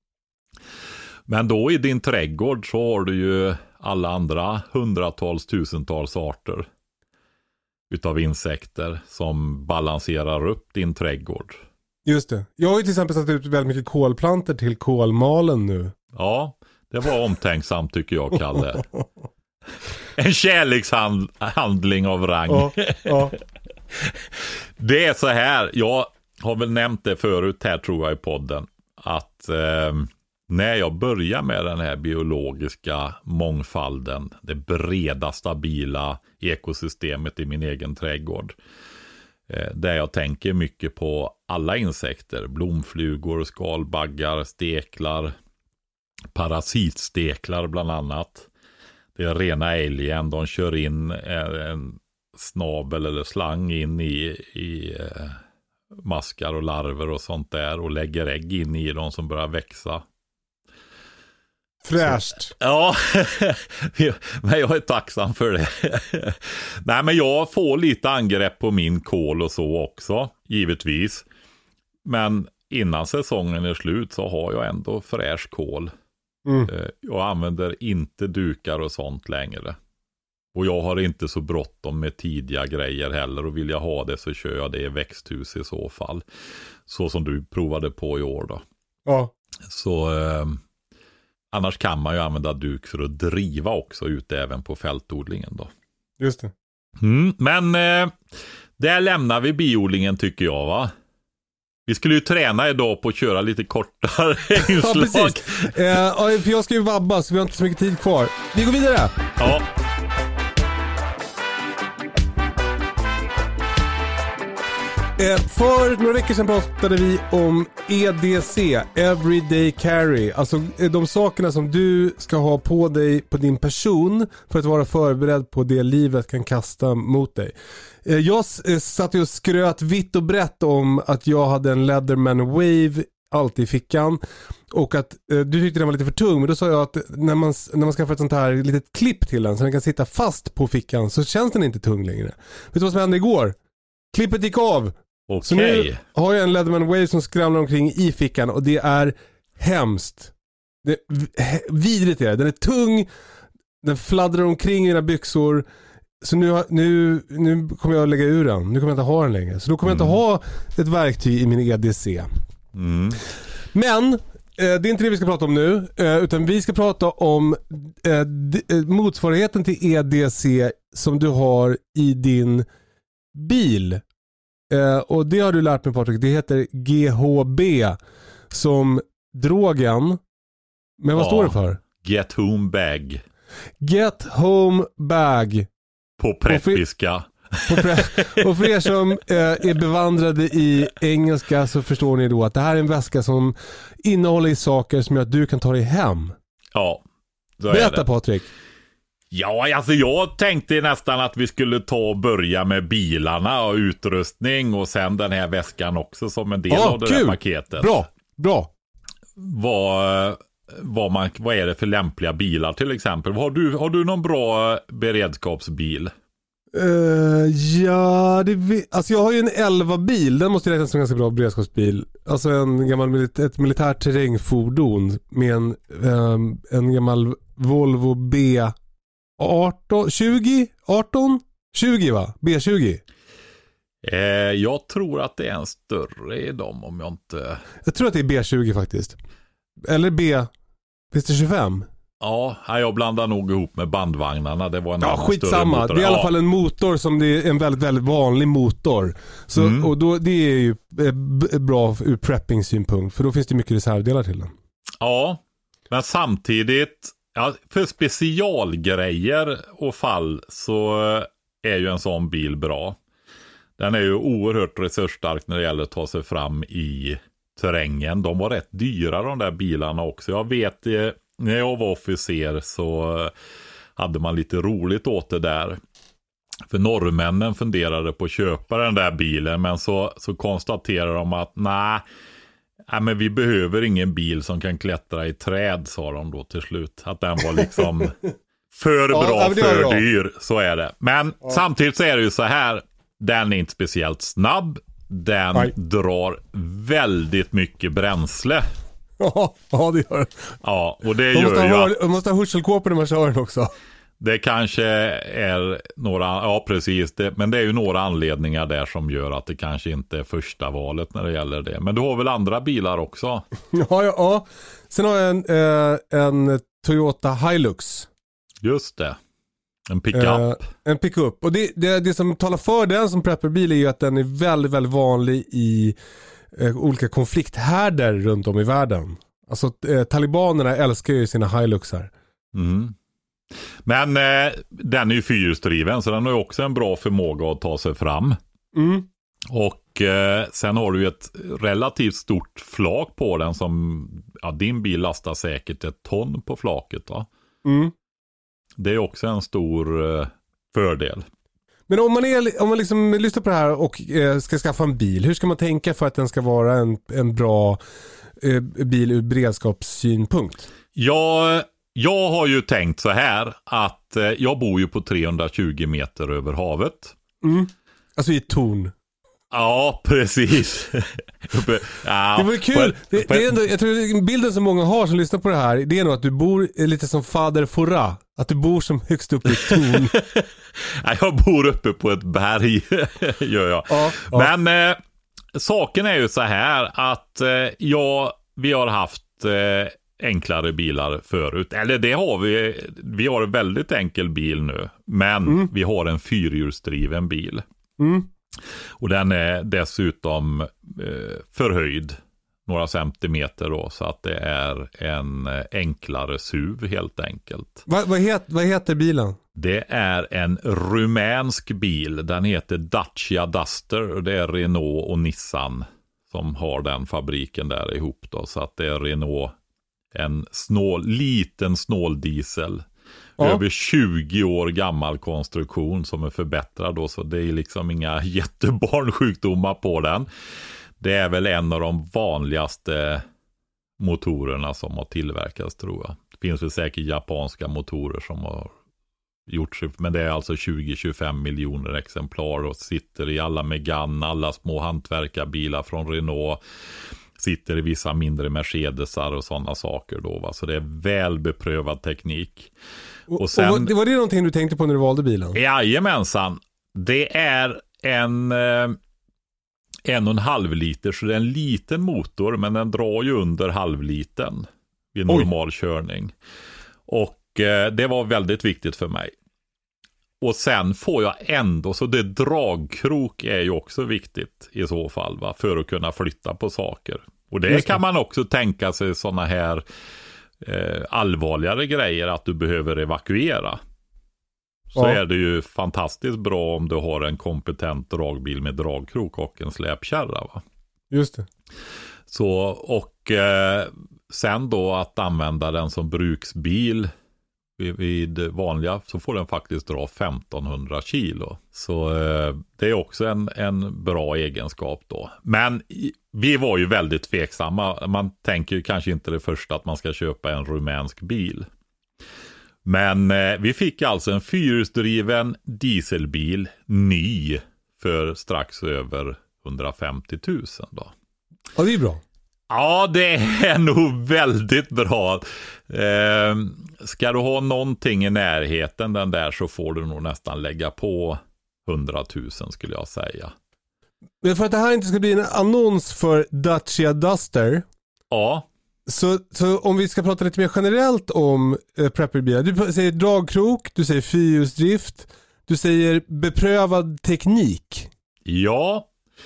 Men då i din trädgård så har du ju alla andra hundratals, tusentals arter utav insekter som balanserar upp din trädgård. Just det. Jag har ju till exempel satt ut väldigt mycket kolplanter till kolmalen nu. Ja, det var omtänksamt tycker jag, Kalle. En kärlekshandling av rang. Ja, ja. Det är så här, jag har väl nämnt det förut här tror jag i podden, att eh, när jag börjar med den här biologiska mångfalden, det breda, stabila ekosystemet i min egen trädgård, eh, där jag tänker mycket på alla insekter, blomflugor, skalbaggar, steklar, parasitsteklar bland annat. Det är rena alien, de kör in en snabel eller slang in i, i eh, maskar och larver och sånt där och lägger ägg in i dem som börjar växa. Fräscht. Ja, men jag är tacksam för det. Nej, men jag får lite angrepp på min kol och så också, givetvis. Men innan säsongen är slut så har jag ändå fräsch kol. Mm. Jag använder inte dukar och sånt längre. Och jag har inte så bråttom med tidiga grejer heller. Och vill jag ha det så kör jag det i växthus i så fall. Så som du provade på i år då. Ja. Så eh, annars kan man ju använda duk för att driva också ut även på fältodlingen då. Just det. Mm, men eh, där lämnar vi biodlingen tycker jag, va? Vi skulle ju träna idag på att köra lite kortare inslag. Ja, precis. Eh, för jag ska ju vabba så vi har inte så mycket tid kvar. Vi går vidare. Ja. För några veckor sedan pratade vi om E D C, Everyday Carry. Alltså de sakerna som du ska ha på dig, på din person, för att vara förberedd på det livet kan kasta mot dig. Jag satt och skröt vitt och brett om att jag hade en Leatherman Wave alltid i fickan. Och att eh, du tyckte den var lite för tung. Men då sa jag att när man, när man skaffar ett sånt här litet klipp till den så den kan sitta fast på fickan så känns den inte tung längre. Vet du vad som hände igår? Klippet gick av. Okay. Så nu har jag en Leatherman Wave som skramlar omkring i fickan och det är hemskt. Det är vidrigt är det. Den är tung, den fladdrar omkring i mina byxor. Så nu, nu, nu kommer jag att lägga ur den. Nu kommer jag inte ha den längre. Så då kommer mm. jag inte ha ett verktyg i min E D C. Mm. Men eh, det är inte det vi ska prata om nu. Eh, utan vi ska prata om eh, d- motsvarigheten till E D C som du har i din bil. Uh, och det har du lärt mig, Patrik. Det heter G H B som drogen. Men vad ja, står det för? Get Home Bag. Get Home Bag. På preppiska. På pre- och för er som uh, är bevandrade i engelska så förstår ni då att det här är en väska som innehåller saker som gör att du kan ta dig hem. Ja. Berätta, Patrik. Ja, alltså jag tänkte nästan att vi skulle ta och börja med bilarna och utrustning och sen den här väskan också som en del ah, av det kul. Där paketet. Bra, bra. Vad, vad, man, vad är det för lämpliga bilar till exempel? Har du, har du någon bra beredskapsbil? Uh, ja, det, alltså jag har ju en elva-bil. Den måste räknas som en ganska bra beredskapsbil. Alltså en gammal milita- ett militärt terrängfordon med en, um, en gammal Volvo B arton, tjugo, arton, tjugo va? B tjugo. Eh, jag tror att det är en större i dem om jag inte... Jag tror att det är B tjugo faktiskt. Eller B... Finns det tjugofem? Ja, jag blandar nog ihop med bandvagnarna. Det var en ja, skitsamma. Det är i alla fall en motor som det är en väldigt, väldigt vanlig motor. Så, mm. Och då, det är ju bra ur prepping-synpunkt. För då finns det mycket reservdelar till den. Ja, men samtidigt... Ja, för specialgrejer och fall så är ju en sån bil bra. Den är ju oerhört resursstark när det gäller att ta sig fram i terrängen. De var rätt dyra de där bilarna också. Jag vet, när jag var officer så hade man lite roligt åt det där. För norrmännen funderade på att köpa den där bilen men så, så konstaterade de att nej... Ja, men vi behöver ingen bil som kan klättra i träd, sa de då till slut. Att den var liksom för bra, ja, för bra. dyr, så är det. Men ja. Samtidigt så är det ju så här, den är inte speciellt snabb. Den Nej. drar väldigt mycket bränsle. Ja, ja det gör den. Ja, och det de gör ju ha, de måste ha hörselkåpor när man kör den också. Det kanske är några, ja precis, det, men det är ju några anledningar där som gör att det kanske inte är första valet när det gäller det. Men du har väl andra bilar också? Ja, ja, ja. Sen har jag en, eh, en Toyota Hilux. Just det, en pickup. Eh, en pickup. Och det, det, det som talar för den som prepperbil är ju att den är väldigt, väldigt vanlig i eh, olika konflikthärdar runt om i världen. Alltså eh, talibanerna älskar ju sina Hiluxar. Mm. Men eh, den är ju fyrhjulsdriven så den har ju också en bra förmåga att ta sig fram. Mm. Och eh, sen har du ju ett relativt stort flak på den som, ja, din bil lastar säkert ett ton på flaket va? Mm. Det är också en stor eh, fördel. Men om man, är, om man liksom lyssnar på det här och eh, ska skaffa en bil, hur ska man tänka för att den ska vara en, en bra eh, bil ur beredskapssynpunkt? Jag, jag har ju tänkt så här att eh, jag bor ju på trehundratjugo meter över havet. Mm. Alltså i ett torn. Ja, precis. ja, det var ju kul. På, det, på, det är ändå, jag tror bilden som många har som lyssnar på det här, det är nog att du bor lite som fader Fora. Att du bor som högst upp i ett torn. ja, jag bor uppe på ett berg, gör jag. Ja, ja. Men eh, saken är ju så här att eh, jag, vi har haft eh, enklare bilar förut. Eller det har vi. Vi har en väldigt enkel bil nu. Men mm. vi har en fyrhjulsdriven bil. Mm. Och den är dessutom eh, förhöjd några centimeter då, så att det är en enklare S U V helt enkelt. Va, vad, het, vad heter bilen? Det är en rumänsk bil. Den heter Dacia Duster och det är Renault och Nissan som har den fabriken där ihop då. Så att det är Renault, en snål, liten snåldiesel. Ja. Över tjugo år gammal konstruktion som är förbättrad då, så det är liksom inga jättebarnsjukdomar på den. Det är väl en av de vanligaste motorerna som har tillverkats, tror jag. Det finns väl säkert japanska motorer som har gjorts, men det är alltså tjugo till tjugofem miljoner exemplar och sitter i alla Megane, alla små hantverkarbilar från Renault. Sitter i vissa mindre Mercedesar och sådana saker då, va? Så det är väl beprövad teknik. Och, sen, och var det någonting du tänkte på när du valde bilen? Jajamensan. Det är en eh, en och en halv liter, så det är en liten motor, men den drar ju under halvliten vid normal Oj. körning. Och eh, det var väldigt viktigt för mig. Och sen får jag ändå, så det dragkrok är ju också viktigt i så fall, va, för att kunna flytta på saker. Och det kan man också tänka sig sådana här eh, allvarligare grejer, att du behöver evakuera. Så ja. är det ju fantastiskt bra om du har en kompetent dragbil med dragkrok och en släpkärra, va. Just det. Så, och eh, sen då att använda den som bruksbil vid vanliga, så får den faktiskt dra femtonhundra kilo. Så eh, det är också en, en bra egenskap då. Men i, vi var ju väldigt tveksamma. Man tänker ju kanske inte det första att man ska köpa en rumänsk bil. Men eh, vi fick alltså en fyrhjulsdriven dieselbil, ny, för strax över hundrafemtio tusen då. Ja, det är bra. Ja, det är nog väldigt bra. Eh, ska du ha någonting i närheten den där, så får du nog nästan lägga på hundratusen skulle jag säga. Men för att det här inte ska bli en annons för Dacia Duster. Ja. Så, så om vi ska prata lite mer generellt om eh, prepperbilar. Du säger dragkrok, du säger fyrhjulsdrift, du säger beprövad teknik. Ja,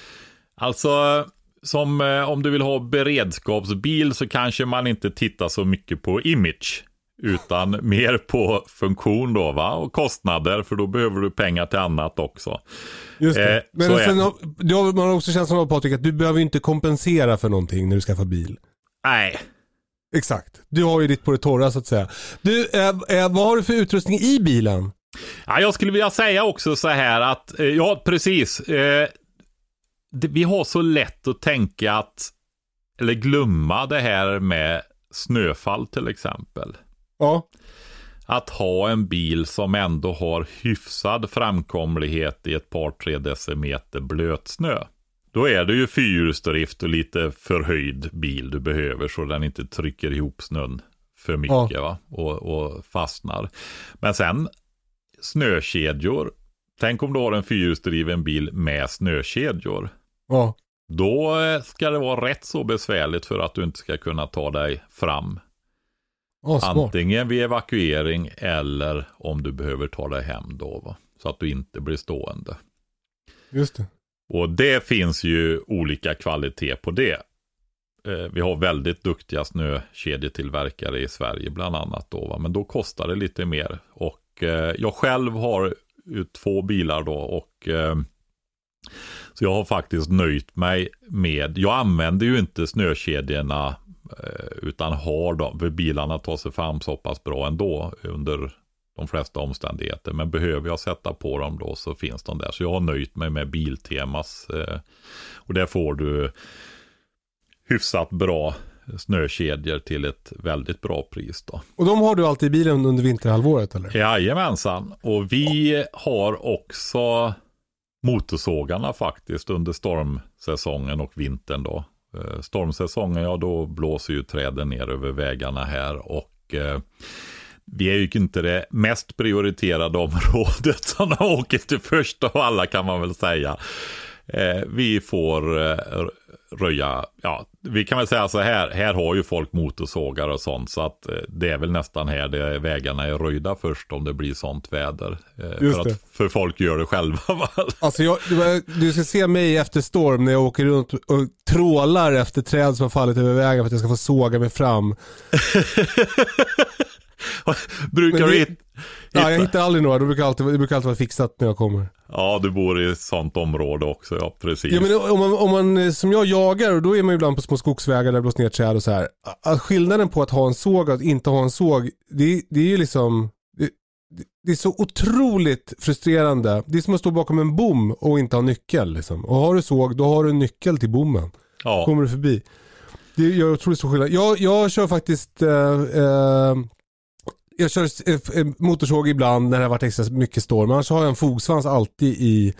alltså som eh, om du vill ha beredskapsbil så kanske man inte tittar så mycket på image, utan mer på funktion då, va? Och kostnader, för då behöver du pengar till annat också. Just det. Eh, Men sen är... du har, man har också känslan av, Patrik, att du behöver inte kompensera för någonting när du skaffar bil. Nej. Exakt. Du har ju ditt på det torra, så att säga. Du, eh, eh, vad har du för utrustning i bilen? Ja, jag skulle vilja säga också så här att, eh, ja precis, eh, det, vi har så lätt att tänka att, eller glömma det här med snöfall till exempel. Ja. Att ha en bil som ändå har hyfsad framkomlighet i ett par tre decimeter blötsnö. Då är det ju fyrhjulsdrift och lite förhöjd bil du behöver, så den inte trycker ihop snön för mycket, ja. va? Och, och fastnar. Men sen snökedjor. Tänk om du har en fyrhjulsdriven bil med snökedjor. Ja. Då ska det vara rätt så besvärligt för att du inte ska kunna ta dig fram. Oh, Antingen vid evakuering eller om du behöver ta dig hem då, va? Så att du inte blir stående. Just det. Och det finns ju olika kvalitet på det. Eh, vi har väldigt duktiga snökedjetillverkare i Sverige bland annat då, va? Men då kostar det lite mer. Och eh, jag själv har ju två bilar då, och eh, så jag har faktiskt nöjt mig med, jag använder ju inte snökedjorna eh, utan har dem, för bilarna tar sig fram så pass bra ändå under de flesta omständigheter, men behöver jag sätta på dem då så finns de där. Så jag har nöjt mig med Biltemas eh, och där får du hyfsat bra snökedjor till ett väldigt bra pris då. Och de har du alltid i bilen under vinterhalvåret eller? Jajamensan. Och vi har också motorsågarna faktiskt under stormsäsongen och vintern då. Stormsäsongen, ja då blåser ju träden ner över vägarna här och eh, vi är ju inte det mest prioriterade området som de åker till först av alla kan man väl säga. Eh, vi får eh, röja, ja vi kan väl säga så här, här har ju folk motorsågar och sånt så att eh, det är väl nästan här det, vägarna är röjda först om det blir sånt väder. Eh, för, att, för folk gör det själva. Va? Alltså jag, du ska se mig efter storm när jag åker runt och trålar efter träd som har fallit över vägen för att jag ska få såga mig fram. Brukar du hitta? Ja, jag hittar aldrig några. Det brukar alltid, det brukar alltid vara fixat när jag kommer. Ja, du bor i ett sånt område också, ja precis. Ja, men om man, om man som jag jagar, och då är man ibland på små skogsvägar där det blåser ner träd och så här. Att skillnaden på att ha en såg och att inte ha en såg, det, det är ju liksom... Det, det är så otroligt frustrerande. Det är som att stå bakom en bom och inte ha nyckel. Liksom. Och har du såg, då har du en nyckel till bommen. Ja. Kommer du förbi. Det gör otroligt stor skillnad. Jag, jag kör faktiskt... Eh, eh, Jag kör motorsåg ibland när det har varit extra mycket storm. Annars har jag en fogsvans alltid i,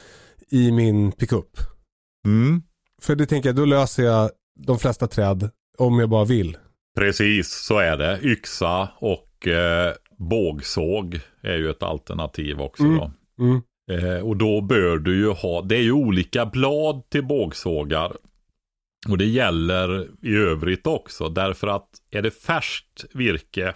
i min pickup. Mm. För det tänker jag, då löser jag de flesta träd om jag bara vill. Precis, så är det. Yxa och eh, bågsåg är ju ett alternativ också mm. då. Mm. Eh, och då bör du ju ha, det är ju olika blad till bågsågar. Och det gäller i övrigt också. Därför att är det färskt virke,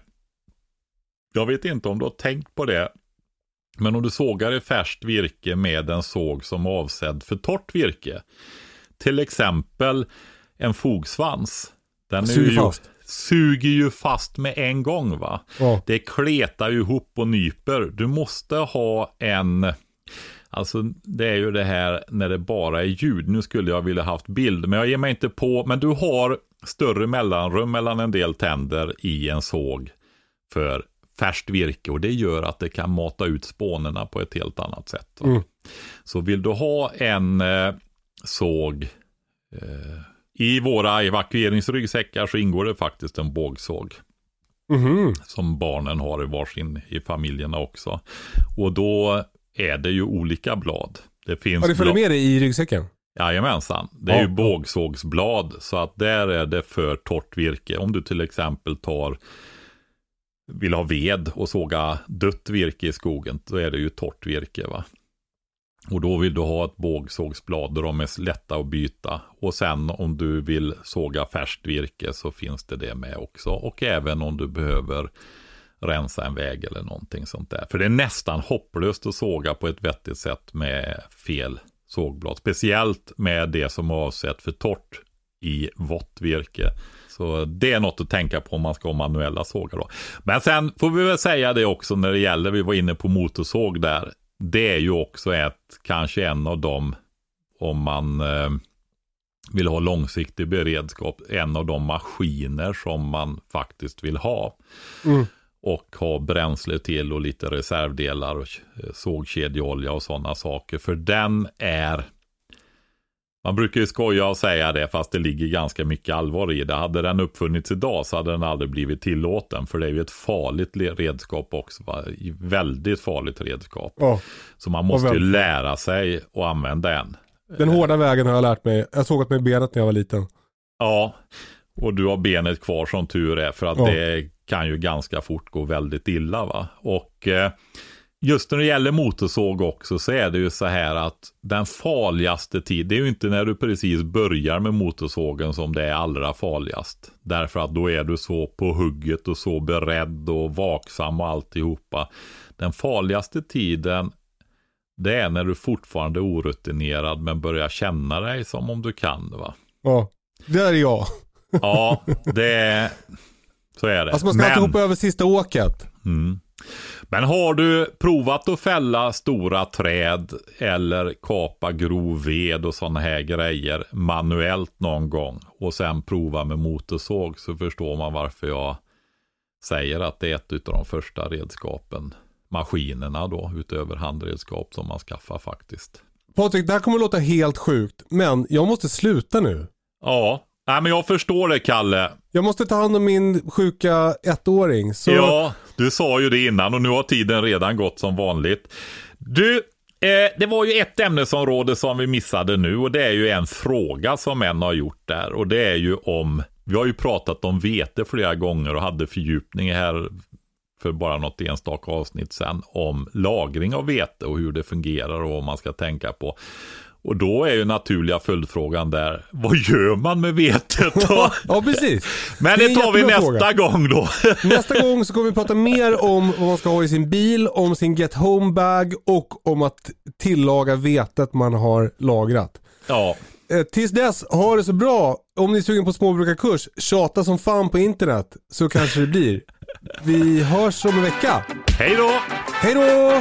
jag vet inte om du har tänkt på det, men om du sågar i färskt virke med en såg som är avsedd för torrt virke, till exempel en fogsvans, den suger, är ju, fast. suger ju fast med en gång va. Ja. Det kletar ju ihop och nyper. Du måste ha en, alltså det är ju det här när det bara är ljud. Nu skulle jag vilja haft bild, men jag ger mig inte på, men du har större mellanrum mellan en del tänder i en såg för färskt virke och det gör att det kan mata ut spånerna på ett helt annat sätt. Mm. Så vill du ha en eh, såg eh, i våra evakueringsryggsäckar så ingår det faktiskt en bågsåg. Mm. Som barnen har i varsin i familjerna också. Och då är det ju olika blad. Det finns ja, det följer med dig i ryggsäcken? Jajamensan. Det är ja. ju bågsågsblad så att där är det för torrt virke. Om du till exempel tar vill ha ved och såga dött virke i skogen, då är det ju torrt virke va. Och då vill du ha ett bågsågsblad där de är lätta att byta. Och sen om du vill såga färskt virke så finns det det med också. Och även om du behöver rensa en väg eller någonting sånt där. För det är nästan hopplöst att såga på ett vettigt sätt med fel sågblad. Speciellt med det som är avsett för torrt i vått virke. Så det är något att tänka på om man ska ha manuella sågar då. Men sen får vi väl säga det också när det gäller, vi var inne på motorsåg där. Det är ju också ett, kanske en av dem, om man eh, vill ha långsiktig beredskap, en av de maskiner som man faktiskt vill ha. Mm. Och ha bränsle till och lite reservdelar och sågkedjeolja och sådana saker. För den är... Man brukar ju skoja och säga det fast det ligger ganska mycket allvar i det. Hade den uppfunnits idag så hade den aldrig blivit tillåten. För det är ju ett farligt redskap också. Va? Väldigt farligt redskap. Ja. Så man måste ju lära sig att använda den. Den hårda vägen har jag lärt mig. Jag såg att med benet när jag var liten. Ja, och du har benet kvar som tur är. För att ja. det kan ju ganska fort gå väldigt illa va. Och... Eh, just när det gäller motorsåg också så är det ju så här att den farligaste tid, det är ju inte när du precis börjar med motorsågen som det är allra farligast. Därför att då är du så på hugget och så beredd och vaksam och alltihopa. Den farligaste tiden, det är när du fortfarande är orutinerad men börjar känna dig som om du kan va. Ja, det är jag. Ja, det är, så är det. Alltså man ska men... alltid hoppa över sista åket. Mm. Men har du provat att fälla stora träd eller kapa grov ved och sådana här grejer manuellt någon gång och sen prova med motorsåg så förstår man varför jag säger att det är ett av de första redskapen, maskinerna då, utöver handredskap som man skaffar faktiskt. Patrik, det här kommer att låta helt sjukt, men jag måste sluta nu. Ja. Nej, men jag förstår det, Kalle. Jag måste ta hand om min sjuka ettåring. Så... Ja, du sa ju det innan och nu har tiden redan gått som vanligt. Du, eh, det var ju ett ämnesområde som vi missade nu och det är ju en fråga som en har gjort där. Och det är ju om, vi har ju pratat om vete flera gånger och hade fördjupning här för bara något enstaka avsnitt sedan om lagring av vete och hur det fungerar och vad man ska tänka på. Och då är ju naturliga följdfrågan där, vad gör man med vetet då? Ja, precis. Men det, det tar vi nästa fråga. gång då. Nästa gång så kommer vi prata mer om vad man ska ha i sin bil, om sin get home bag och om att tillaga vetet man har lagrat. Ja. Eh, tills dess, ha det så bra. Om ni är sugen på småbrukarkurs, tjata som fan på internet så kanske det blir. Vi hörs om en vecka. Hej då! Hej då!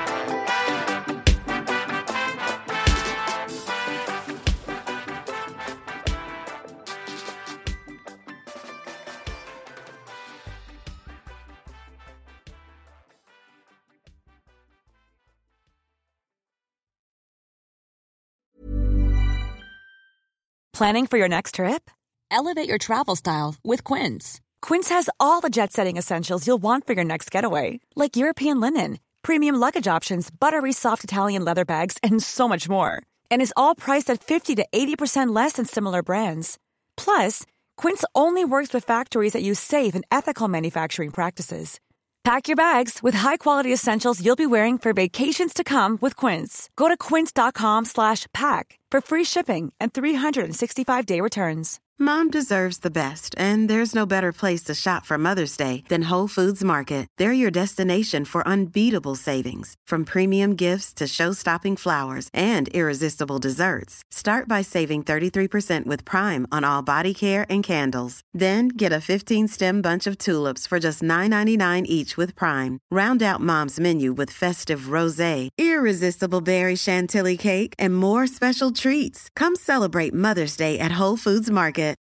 Planning for your next trip? Elevate your travel style with Quince. Quince has all the jet-setting essentials you'll want for your next getaway, like European linen, premium luggage options, buttery soft Italian leather bags, and so much more. And is all priced at fifty to eighty percent less than similar brands. Plus, Quince only works with factories that use safe and ethical manufacturing practices. Pack your bags with high-quality essentials you'll be wearing for vacations to come with Quince. Go to quince.com slash pack for free shipping and three sixty-five day returns. Mom deserves the best, and there's no better place to shop for Mother's Day than Whole Foods Market. They're your destination for unbeatable savings, from premium gifts to show-stopping flowers and irresistible desserts. Start by saving thirty-three percent with Prime on all body care and candles. Then get a fifteen-stem bunch of tulips for just nine ninety-nine each with Prime. Round out Mom's menu with festive rosé, irresistible berry chantilly cake, and more special treats. Come celebrate Mother's Day at Whole Foods Market.